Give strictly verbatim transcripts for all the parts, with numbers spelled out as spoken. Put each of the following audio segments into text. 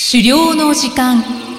狩猟の時間。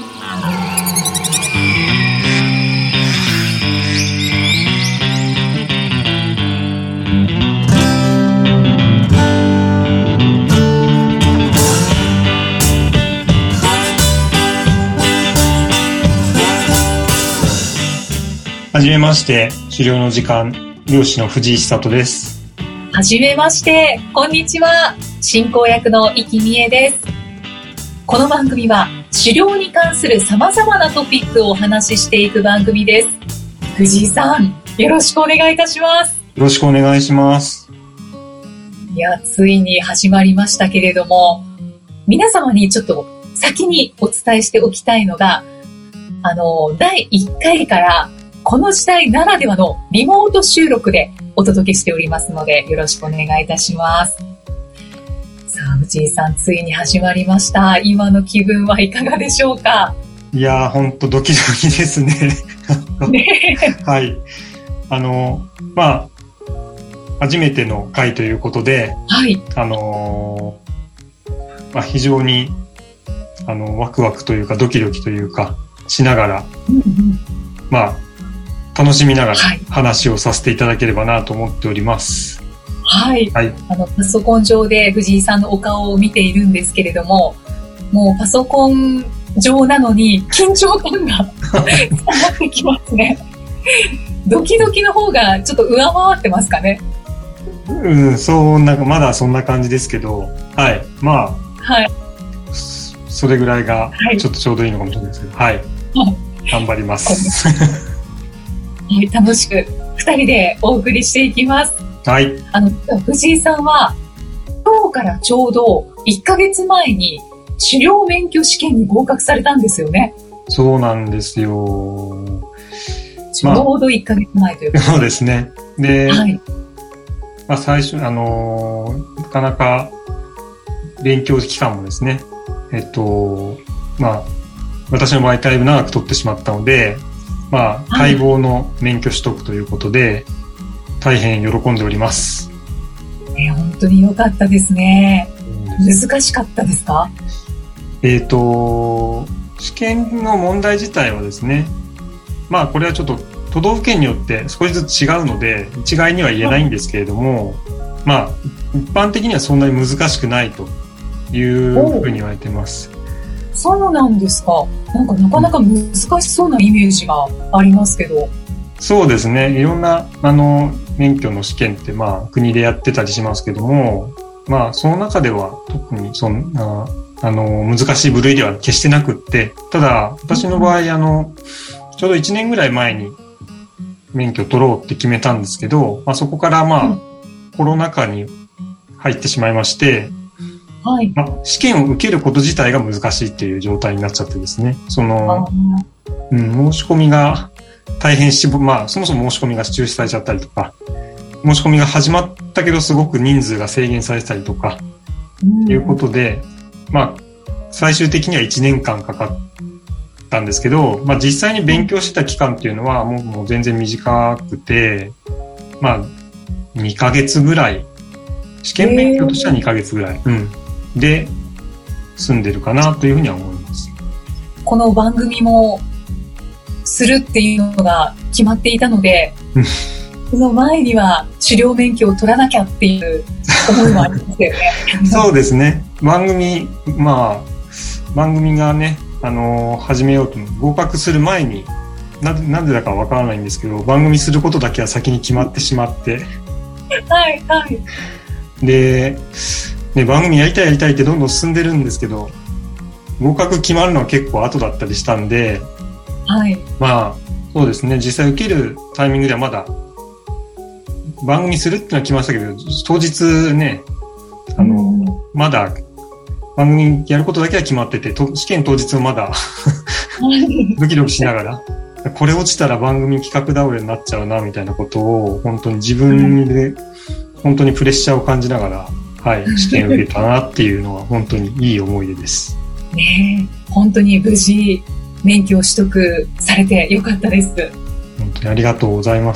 はじめまして、狩猟の時間、漁師の藤井久人です。 はじめまして、こんにちは。進行役の生きみえです。この番組は狩猟に関する様々なトピックをお話ししていく番組です。藤井さん、よろしくお願いいたします。 よろしくお願いします。 いや、ついに始まりましたけれども、皆様にちょっと先にお伝えしておきたいのが、あの、だいいっかいからこの時代ならではのリモート収録でお届けしておりますので、よろしくお願いいたします。さあ、藤井さん、ついに始まりました。今の気分はいかがでしょうか？ いやー、ほんとドキドキですね。 ねはい。あの、まあ、初めての回ということで、 はい。 あのー、まあ、非常に、あの、ワクワクというか、ドキドキというか、しながら、 うんうん、 まあ、楽しみながらはい話をさせていただければなと思っております。 はい。 はい。 あの、パソコン上で藤井さんのお顔を見ているんですけれども、もうパソコン上なのに緊張感が伝わってきますね。ドキドキの方がちょっと上回ってますかね。 うん、そう、なんかまだそんな感じですけど、はい。まあ、 はい。 それぐらいがはいちょっとちょうどいいのかもしれないですけど、はい。頑張ります。 はい、楽しく二人でお送りしていきます。 はい。 あの、藤井さんは、今日からちょうどいっかげつまえに狩猟免許試験に合格されたんですよね。 そうなんですよ。 ちょうどいっかげつまえということで。 そうですね。で、 はい。 まあ最初、あのー、なかなか勉強期間もですね、えっと、まあ、私の場合だいぶ長く取ってしまったので、まあ、待望の免許取得ということで、大変喜んでおります。 ね、本当に良かったですね。難しかったですか？ えっと、試験の問題自体はですね、まあこれはちょっと都道府県によって少しずつ違うので、一概には言えないんですけれども、まあ、一般的にはそんなに難しくないというふうに言われてます。 そうなんですか。なんかなかなか難しそうなイメージがありますけど。 そうですね。いろんな、あの、免許の試験って、まあ、国でやってたりしますけども、まあ、その中では特にそんな、あの、難しい部類では決してなくって、ただ、私の場合、あの、ちょうどいちねんぐらい前に免許取ろうって決めたんですけど、まあ、そこからまあ、コロナ禍に入ってしまいまして、 はい。 まあ、試験を受けること自体が難しいっていう状態になっちゃってですね。その、うん、申し込みが大変し、まあ、そもそも申し込みが中止されちゃったりとか、申し込みが始まったけどすごく人数が制限されてたりとか、うん、いうことで、まあ、最終的にはいちねんかんかかったんですけど、まあ実際に勉強してた期間っていうのはもう、もう全然短くて、まあ、にかげつぐらい、試験勉強としてはにかげつぐらい。うんで住んでるかなというふうには思います。 この番組もするっていうのが決まっていたので、その前には狩猟免許を取らなきゃっていう思いもありますよね。 そうですね。番組、まあ、番組がね、あのー、始めようと合格する前に、な、なんでだかわからないんですけど、番組することだけは先に決まってしまって。 はいはい。 で、ね、番組やりたいやりたいってどんどん進んでるんですけど、合格決まるのは結構後だったりしたんで、 はい。 まあ、そうですね、実際受けるタイミングではまだ、番組するっていうのは来ましたけど、当日ね、あの、うん、まだ、番組やることだけは決まってて、と試験当日もまだ、ドキドキしながら、これ落ちたら番組企画倒れになっちゃうな、みたいなことを、本当に自分で、本当にプレッシャーを感じながら、はい、試験を受けたなっていうのは本当にいい思い出です。 ねえ、本当に無事免許を取得されてよかったです。 本当にありがとうございます。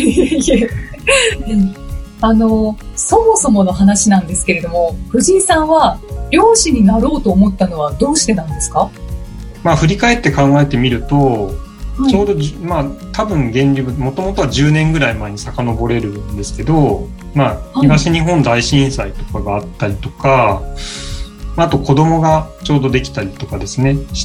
あの、そもそもの話なんですけれども、藤井さんは漁師になろうと思ったのはどうしてなんですか？ まあ、振り返って考えてみると、ちょうど、まあ、多分源流、もともとはじゅうねんぐらい前に遡れるんですけど、まあ、東日本大震災とかがあったりとか、あと子供がちょうどできたりとかですね、して、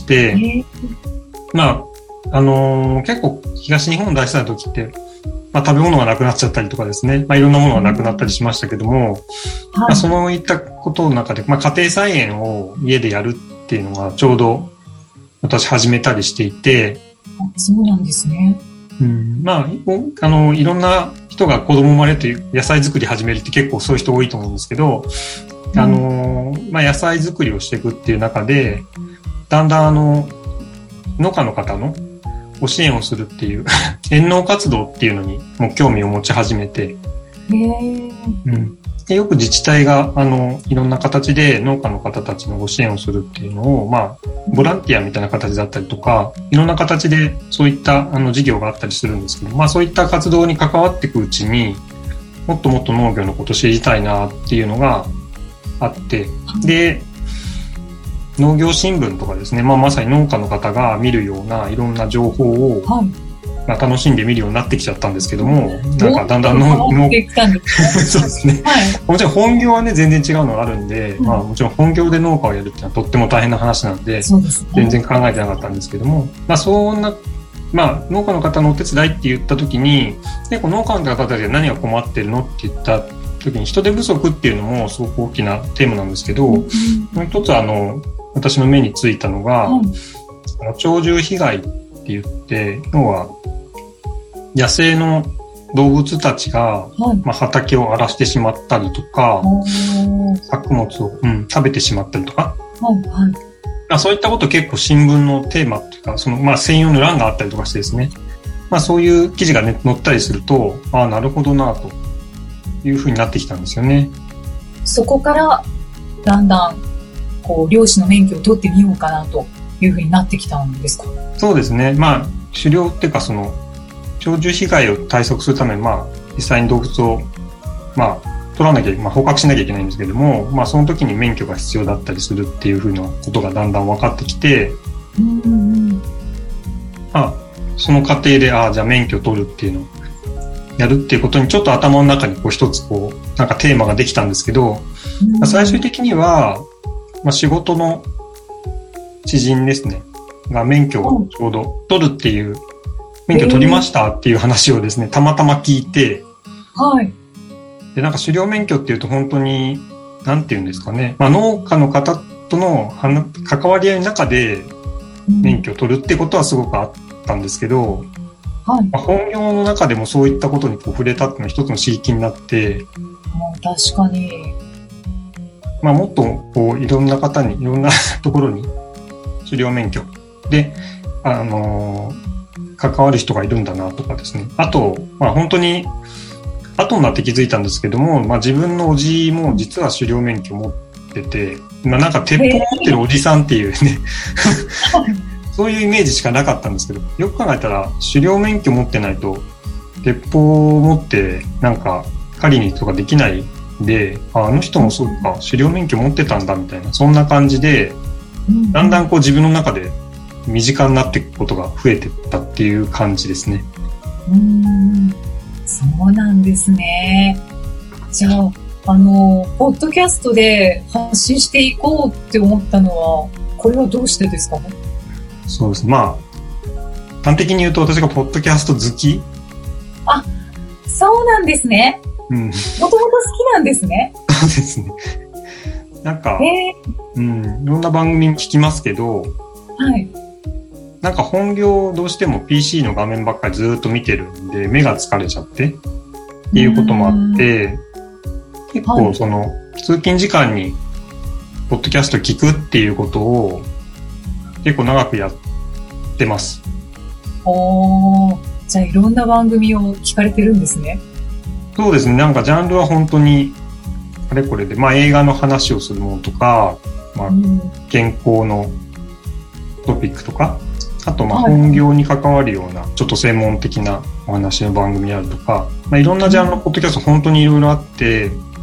まあ、あのー、結構東日本大震災の時って、まあ、食べ物がなくなっちゃったりとかですね、まあ、いろんなものがなくなったりしましたけども、まあ、そういったことの中で、まあ、家庭菜園を家でやるっていうのがちょうど私始めたりしていて、 そうなんですね。 うん、まあ、あの、いろんな人が子供生まれて野菜作り始めるって結構そういう人多いと思うんですけど、うん、あの、まあ、野菜作りをしていくっていう中で、だんだんあの、農家の方のご支援をするっていう、園農活動っていうのにもう興味を持ち始めて、 へー、 うん、でよく自治体が、あの、いろんな形で農家の方たちのご支援をするっていうのを、まあ、ボランティアみたいな形だったりとか、いろんな形でそういったあの事業があったりするんですけど、まあそういった活動に関わっていくうちに、もっともっと農業のことを知りたいなっていうのがあって、で、農業新聞とかですね、まあまさに農家の方が見るようないろんな情報を、はい、まあ、楽しんで見るようになってきちゃったんですけども、なんかだんだん農業、そうですね、はい。もちろん本業はね、全然違うのがあるんで、うん、まあもちろん本業で農家をやるっていうのはとっても大変な話なんで、そうですね、全然考えてなかったんですけども、まあそんな、まあ農家の方のお手伝いって言った時に、結構農家の方たちが何が困ってるのって言った時に人手不足っていうのもすごく大きなテーマなんですけど、うん、もう一つあの、私の目についたのが、うん、鳥獣被害って言って、要は、野生の動物たちが、はい、まあ、畑を荒らしてしまったりとか、作物を、うん、食べてしまったりとか、はいはい、まあ、そういったこと結構新聞のテーマっていうか、そのまあ専用の欄があったりとかしてですね、まあそういう記事が、ね、載ったりすると、ああなるほどなというふうになってきたんですよね。 そこからだんだんこう漁師の免許を取ってみようかなというふうになってきたんですか？ そうですね。まあ狩猟っていうかその鳥獣被害を対策するために、まあ、実際に動物を、まあ、取らなきゃ、まあ、捕獲しなきゃいけないんですけども、まあ、その時に免許が必要だったりするっていうふうなことがだんだん分かってきて、うんうん、まあ、その過程で、ああ、じゃあ免許取るっていうのをやるっていうことに、ちょっと頭の中にこう一つこう、なんかテーマができたんですけど、うんまあ、最終的には、まあ、仕事の知人ですね、が免許をちょうど取るっていう、免許取りましたっていう話をですね、たまたま聞いて、はい。で、なんか狩猟免許っていうと本当に、なんていうんですかね、まあ農家の方との関わり合いの中で免許を取るってことはすごくあったんですけど、はい。まあ、本業の中でもそういったことにこう触れたっていうのは一つの刺激になって、 確かに。 まあもっとこういろんな方に、いろんなところに狩猟免許で、あのー、関わる人がいるんだなとかですね。あと、まあ本当に、後になって気づいたんですけども、まあ自分のおじも実は狩猟免許持ってて、まあなんか鉄砲持ってるおじさんっていうね、そういうイメージしかなかったんですけど、よく考えたら狩猟免許持ってないと、鉄砲を持ってなんか狩りにとかできないんで、あ、あの人もそうか、狩猟免許持ってたんだみたいな、そんな感じで、だんだんこう自分の中で身近になっていくことが増えていったっていう感じですね。 うーん、そうなんですね。じゃあ、あの、ポッドキャストで発信していこうって思ったのは、これはどうしてですかね？ そうです。まあ、端的に言うと私がポッドキャスト好き。 あ、そうなんですね。うん。もともと好きなんですね。 そうですね。なんか、うん、いろんな番組聞きますけど、はい。なんか本業どうしても ピーシー の画面ばっかりずっと見てるんで目が疲れちゃってっていうこともあって結構その、はい、通勤時間にポッドキャスト聞くっていうことを結構長くやってます。 おー、じゃあいろんな番組を聞かれてるんですね。 そうですね。なんかジャンルは本当にあれこれで、まあ映画の話をするものとか、まあ健康のトピックとか、あとまあ本業に関わるようなちょっと専門的なお話の番組であるとか、まあ、いろんなジャンルのポッドキャスト本当にいろいろあって、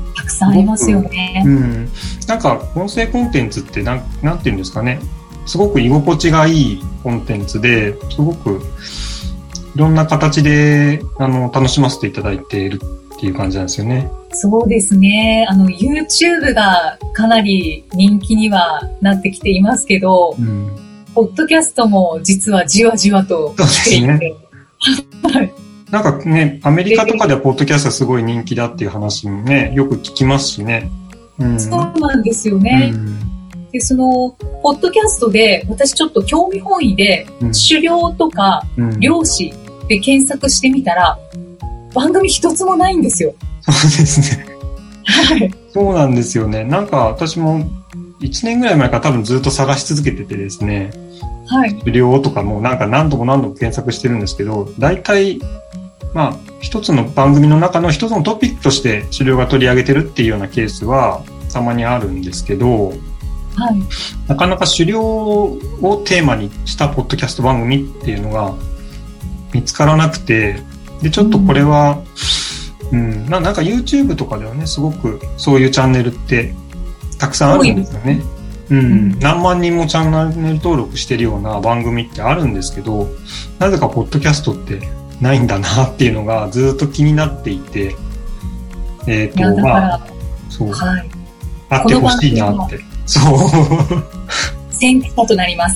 たくさんありますよね。 うん。なんか、音声コンテンツってなん、なんていうんですかね。すごく居心地がいいコンテンツで、すごくいろんな形で、あの、楽しませていただいているっていう感じなんですよね。 そうですね。あの、YouTube がかなり人気にはなってきていますけど、うん、ポッドキャストも実はじわじわと来ていて。そうですね。 なんかね、アメリカとかではポッドキャストがすごい人気だっていう話もね、よく聞きますしね。 うん、そうなんですよね。うん、で、その、ポッドキャストで私ちょっと興味本位で、うん、狩猟とか漁師で検索してみたら、番組一つもないんですよ。 そうですね。はい。そうなんですよね。なんか私もいちねんぐらい前から多分ずっと探し続けててですね。 はい。 狩猟とかもなんか何度も何度も検索してるんですけど、大体、まあ、一つの番組の中の一つのトピックとして狩猟が取り上げてるっていうようなケースはたまにあるんですけど、 はい、 なかなか狩猟をテーマにしたポッドキャスト番組っていうのが見つからなくて、で、ちょっとこれは、うん、うん、な, なんか YouTube とかではね、すごくそういうチャンネルってたくさんあるんですよね。うん、うん、何万人もチャンネル登録してるような番組ってあるんですけど、なぜかポッドキャストってないんだなっていうのがずっと気になっていて、えっ、ー、と、まあ、そう、はい、あってほしいなって。そう。 先駆者となります。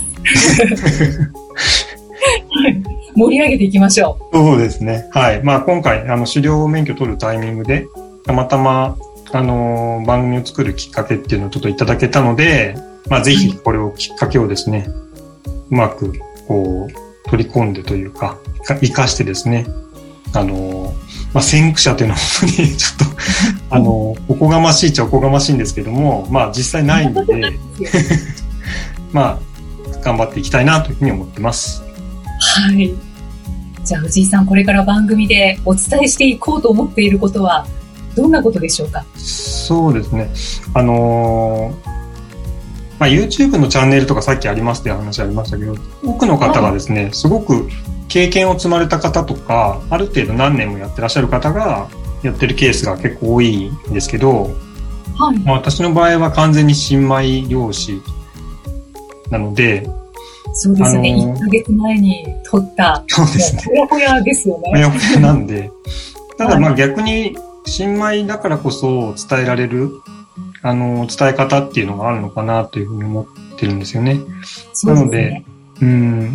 盛り上げていきましょう。そうですね。はい。まあ今回、あの、狩猟免許取るタイミングで、たまたま、あのー、番組を作るきっかけっていうのをちょっといただけたので、まあぜひこれをきっかけをですね、うまく、こう、取り込んでというか、活かしてですね、あの、まあ、先駆者というのは本当にちょっと、あの、おこがましいっちゃおこがましいんですけども、まあ実際ないので、まあ、頑張っていきたいなというふうに思ってます。 はい。じゃあ藤井さん、これから番組でお伝えしていこうと思っていることは、どんなことでしょうか？ そうですね。あのー、まあ、YouTube のチャンネルとかさっきありますっていう話ありましたけど、多くの方がですね、すごく経験を積まれた方とか、ある程度何年もやってらっしゃる方がやってるケースが結構多いんですけど、 はい。 まあ、私の場合は完全に新米漁師なので、 そうですね。いっかげつまえに撮った。 そうですね。 ほやほやですよね。 ほやほやなんで。ただまあ逆に新米だからこそ伝えられる、あの、伝え方っていうのがあるのかなというふうに思ってるんですよね。 そうですね。 なので、うん、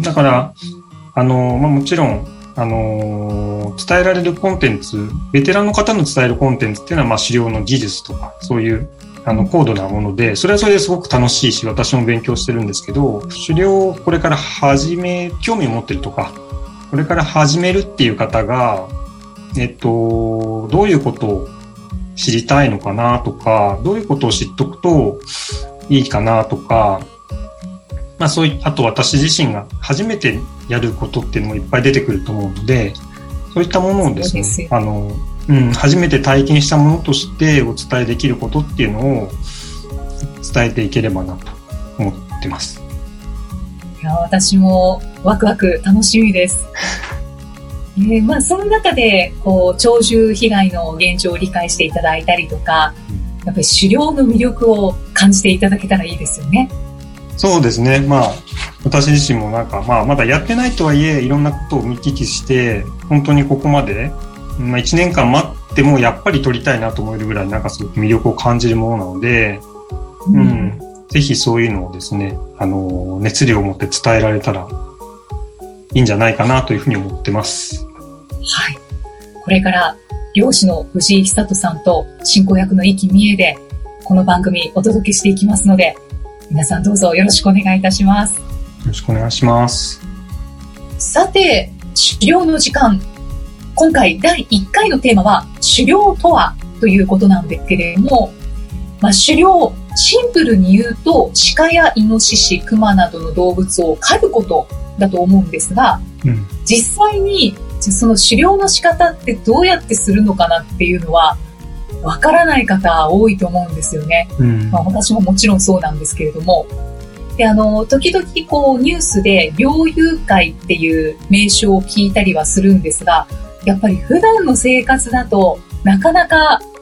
だから、あの、まあもちろん、あの、伝えられるコンテンツ、ベテランの方の伝えるコンテンツっていうのは、まあ狩猟の技術とか、そういう、あの、高度なもので、それはそれですごく楽しいし、私も勉強してるんですけど、狩猟をこれから始め、興味を持ってるとか、これから始めるっていう方が、えっと、どういうことを知りたいのかなとか、どういうことを知っとくといいかなとか、まあそういあと私自身が初めてやることっていうのもいっぱい出てくると思うので、そういったものをですね、すあの、うん、初めて体験したものとしてお伝えできることっていうのを伝えていければなと思ってます。 いや、私もワクワク楽しみです。えー、まあその中でこう鳥獣被害の現状を理解していただいたりとか、やっぱり狩猟の魅力を感じていただけたらいいですよね。 そうですね。まあ私自身もなんかまあまだやってないとはいえいろんなことを見聞きして本当にここまで、まあ、いちねんかん待ってもやっぱり撮りたいなと思えるぐらいなんかすごく魅力を感じるものなので、うん、うん、ぜひそういうのをですね、あの熱量を持って伝えられたらいいんじゃないかなというふうに思ってます。 はい。これから漁師の藤井久人さんと進行役の生きみえでこの番組お届けしていきますので、皆さんどうぞよろしくお願いいたします。よろしくお願いします。 さて、狩猟の時間。今回だいいっかいのテーマは狩猟とはということなんですけれども、まあ、狩猟、シンプルに言うと鹿やイノシシ、クマなどの動物を狩ることだと思うんですが、うん、実際にその狩猟の仕方ってどうやってするのかなっていうのはわからない方多いと思うんですよね。うん、まあ、私ももちろんそうなんですけれども、で、あの、時々こうニュースで猟友会っていう名称を聞いたりはするんですが、やっぱり普段の生活だとなかなか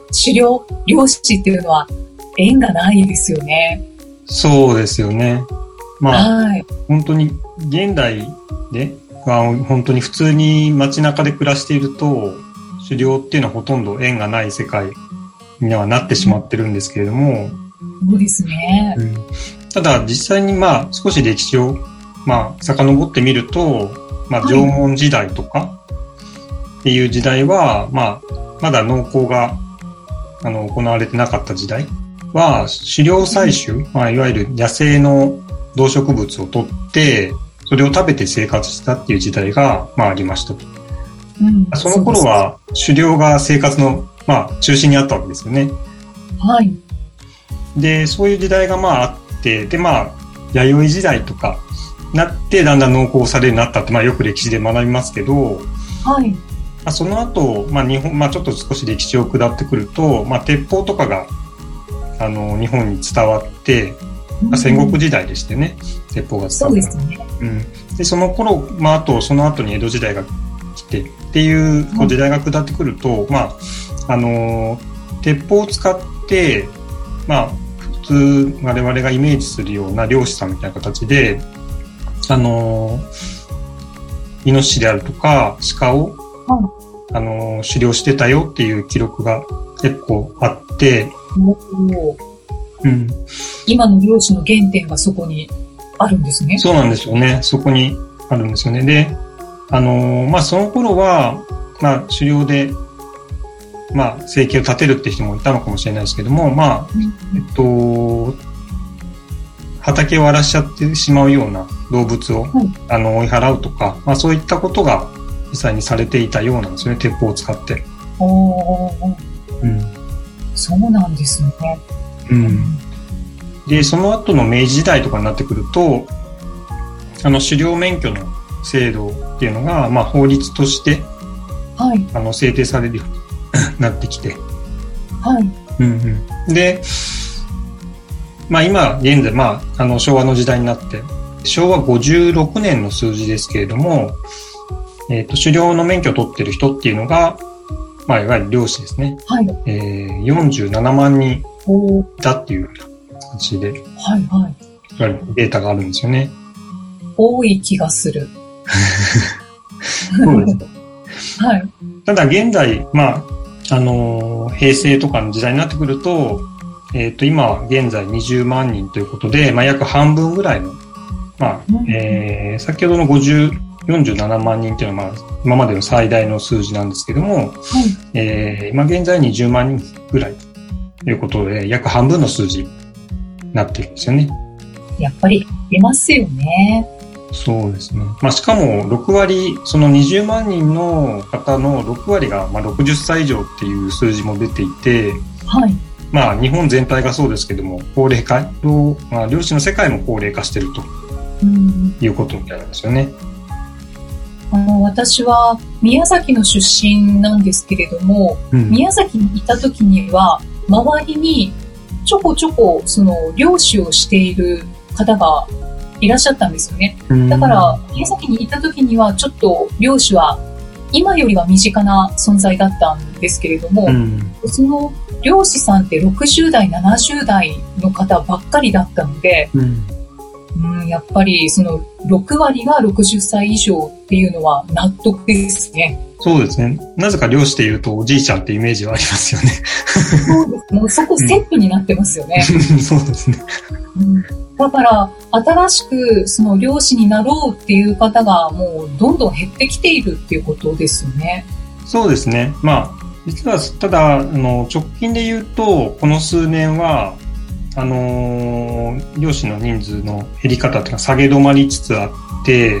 狩猟、漁師っていうのは縁がないですよね。 そうですよね。まあ、 はい。 本当に現代で、まあ、本当に普通に街中で暮らしていると、狩猟っていうのはほとんど縁がない世界にはなってしまってるんですけれども、 そうですね。 うん、ただ実際にまあ少し歴史をまあ遡ってみると、まあ縄文時代とかっていう時代は、まあまだ農耕があの行われてなかった時代は狩猟採集、まあいわゆる野生の動植物を取ってそれを食べて生活したっていう時代がまあありましたと。うん、その頃は狩猟が生活のまあ中心にあったわけですよね。 はい。 で、そういう時代がまああって、でまあ弥生時代とかなってだんだん農耕されるようになったってまあよく歴史で学びますけど、 はい。 まあ、その後まあ日本まあちょっと少し歴史を下ってくると、まあ鉄砲とかがあの日本に伝わって、まあ、戦国時代でしてね、うん、鉄砲が伝わった。 そうですね。 うん。でその頃まああとその後に江戸時代が来てっていうこう時代が下ってくると、うん、まああの鉄砲を使ってまあ普通我々がイメージするような漁師さんみたいな形であのイノシシであるとか鹿を、うん、あの狩猟してたよっていう記録が結構あって、 うん、今の漁師の原点がそこにあるんですね。 そうなんですよね。そこにあるんですよね。で、あのまあその頃はまあ狩猟でまあ生計を立てるって人もいたのかもしれないですけども、まあ、うん、えっと畑を荒らしちゃってしまうような動物を、うん、あの追い払うとか、まあそういったことが実際にされていたようなんですよね。鉄砲を使って。 おー、うん、そうなんですね。 うん。で、その後の明治時代とかになってくると、あの狩猟免許の制度っていうのが、まあ法律として、はい、あの制定されるようになってきて、 はい、 うんうん、で、まあ今現在、まああの昭和の時代になってしょうわごじゅうろくねんの数字ですけれども、えっと狩猟の免許を取ってる人っていうのが、まあいわゆる漁師ですね。 はい、 えー、よんじゅうななまんにんいたっていう形で、 はいはい、 いわゆるデータがあるんですよね。 多い気がする。 そうですはい。 ただ現在、まあ、あのー、平成とかの時代になってくると、えっと、今は現在にじゅうまんにんということで、まあ、約半分ぐらいの、まあ、うん、えー、先ほどのごじゅう、よんじゅうななまんにんっていうのは、まあ、今までの最大の数字なんですけども、はい、えー、まあ、現在にじゅうまんにんぐらいということで、約半分の数字になってるんですよね。 やっぱり、いますよね。 そうですね。まあ、しかもろくわり、そのにじゅうまんにんの方のろくわりがまあろくじゅっさい以上っていう数字も出ていて、 はい。 まあ日本全体がそうですけども、高齢化、まあ、漁師の世界も高齢化しているということみたいなんですよね。 あの私は宮崎の出身なんですけれども、うん、宮崎にいた時には周りにちょこちょこその漁師をしている方がいらっしゃったんですよね。だから宮崎にいた時にはちょっと漁師は今よりは身近な存在だったんですけれども、うん、その漁師さんってろくじゅうだいななじゅうだいの方ばっかりだったので、うんうん、やっぱりそのろくわりがろくじゅっさい以上っていうのは納得ですね。 そうですね。なぜか漁師でいうとおじいちゃんってイメージはありますよね。 そうです。もうそこセットになってますよね。 うん、そうですね。 うんだから、新しくその漁師になろうっていう方がもうどんどん減ってきているっていうことですよね。 そうですね。まあ、実は、ただ、あの、直近で言うと、この数年は、あのー、漁師の人数の減り方っていうのは下げ止まりつつあって、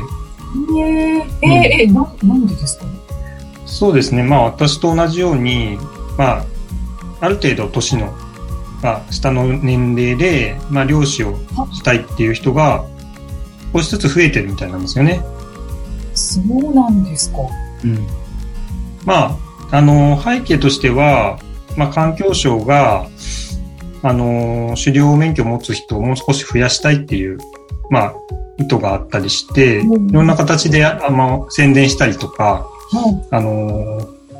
えー、えー、えー、な、なんでですか？ そうですね。まあ、私と同じように、まあ、ある程度年のまあ、下の年齢で、まあ、漁師をしたいっていう人が少しずつ増えてるみたいなんですよね。 そうなんですか。 うん。まあ、あの、背景としては、まあ、環境省が、あの、狩猟免許を持つ人をもう少し増やしたいっていう、まあ、意図があったりして、うん、いろんな形で、あの、宣伝したりとか、はい、あの、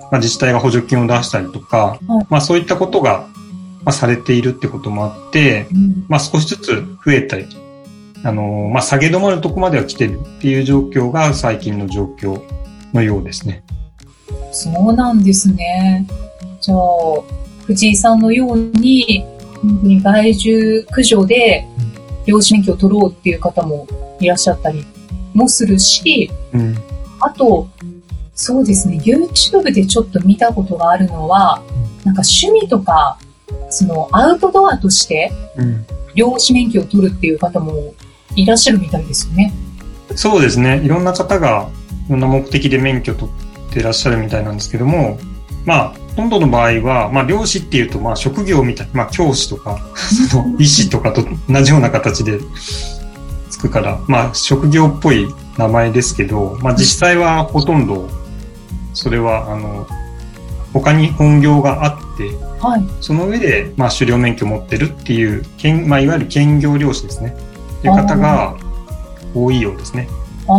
まあ、自治体が補助金を出したりとか、 はい、 まあそういったことが、まあ、されているってこともあって、うん、まあ少しずつ増えたり、あの、まあ下げ止まるとこまでは来てるっていう状況が最近の状況のようですね。 そうなんですね。じゃあ、藤井さんのように、本当に害獣駆除で漁師免許を取ろうっていう方もいらっしゃったりもするし、うん、あと、そうですね、YouTube でちょっと見たことがあるのは、なんか趣味とか、そのアウトドアとして漁師免許を取るっていう方もいらっしゃるみたいですよね。 そうですね、いろんな方がいろんな目的で免許を取ってらっしゃるみたいなんですけども、まあ、ほとんどの場合は、まあ、漁師っていうと、まあ、職業みたい、まあ、教師とか、その、医師とかと同じような形でつくから、まあ、職業っぽい名前ですけど、まあ、実際はほとんど、それは、あの、他に本業があって、はい、その上で、まあ、狩猟免許を持ってるっていう、まあ、いわゆる兼業漁師ですね。っていう方が多いようですね。 あ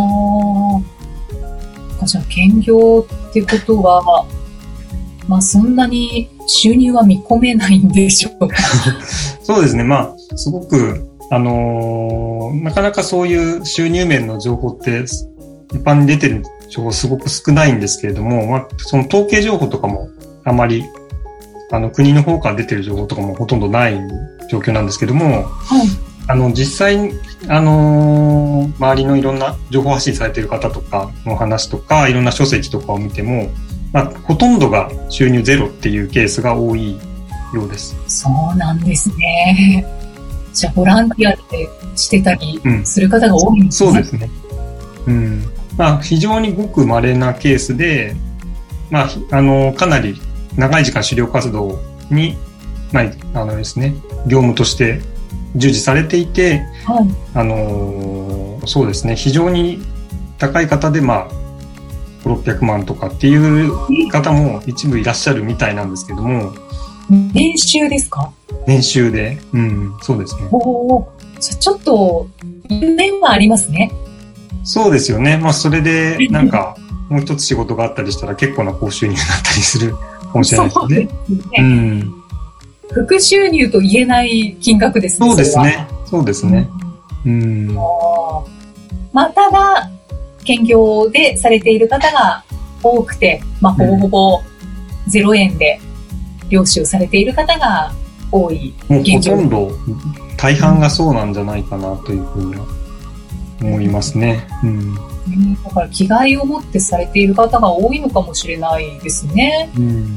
あ。じゃあ、兼業ってことは、まあそんなに収入は見込めないんでしょうか。 そうですね。まあすごくあのー、なかなかそういう収入面の情報って一般に出てる情報すごく少ないんですけれども、まあその統計情報とかもあまりあの国の方から出てる情報とかもほとんどない状況なんですけども、はい、あの実際にあのー、周りのいろんな情報発信されている方とかの話とかいろんな書籍とかを見ても。まあ、ほとんどが収入ゼロっていうケースが多いようです。 そうなんですね。じゃあボランティアでしてたりする方が多いんですね。 うん、そうですね。うん。まあ非常にごく稀なケースで、まああのかなり長い時間狩猟活動に、まああのですね、業務として従事されていて、はい、あのそうですね、非常に高い方でまあ。ろっぴゃくまんとかっていう方も一部いらっしゃるみたいなんですけども。 年収ですか？ 年収で。うん、そうですね。 おー、じゃちょっと、夢はありますね。 そうですよね。まあ、それで、なんか、もう一つ仕事があったりしたら結構な高収入になったりするかもしれないですね。そうですね。うん。 副収入と言えない金額ですね。 そうですね。そうですね。うん。うん、 まあ、ただ、兼業でされている方が多くて、まあ、ほぼほぼゼロえんで漁師をされている方が多い現状。もうほとんど大半がそうなんじゃないかなというふうには思いますね。うん、 だから気概を持ってされている方が多いのかもしれないですね。うんうん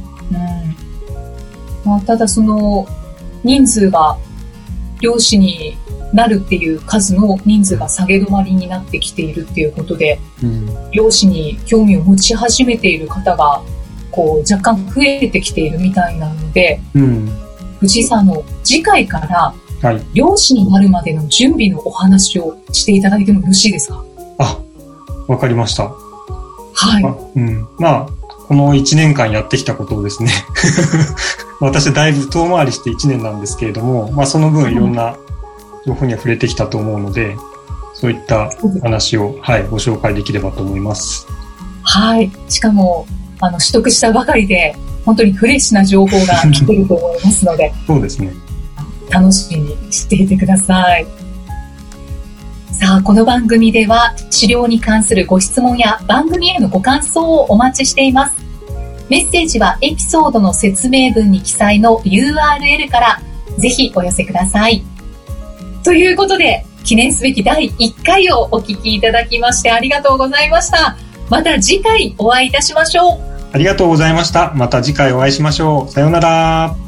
まあ、ただその人数が漁師になるっていう数の人数が下げ止まりになってきているっていうことで、うん、漁師に興味を持ち始めている方がこう若干増えてきているみたいなので、うん、藤井さんの次回から漁師になるまでの準備のお話をしていただいてもよろしいですか？ あ、わかりました。 はい。 あ、うん、まあこのいちねんかんやってきたことをですね私だいぶ遠回りしていちねんなんですけれども、まあその分いろんな情報には触れてきたと思うので、そういった話を、はい、ご紹介できればと思います。 はい。しかも、あの、取得したばかりで、本当にフレッシュな情報が来てると思いますので、 そうですね。 楽しみにしていてください。さあ、この番組では、狩猟に関するご質問や番組へのご感想をお待ちしています。メッセージはエピソードの説明文に記載の ユーアールエル からぜひお寄せください。ということで、記念すべきだいいっかいをお聞きいただきましてありがとうございました。また次回お会いいたしましょう。 ありがとうございました。また次回お会いしましょう。さようなら。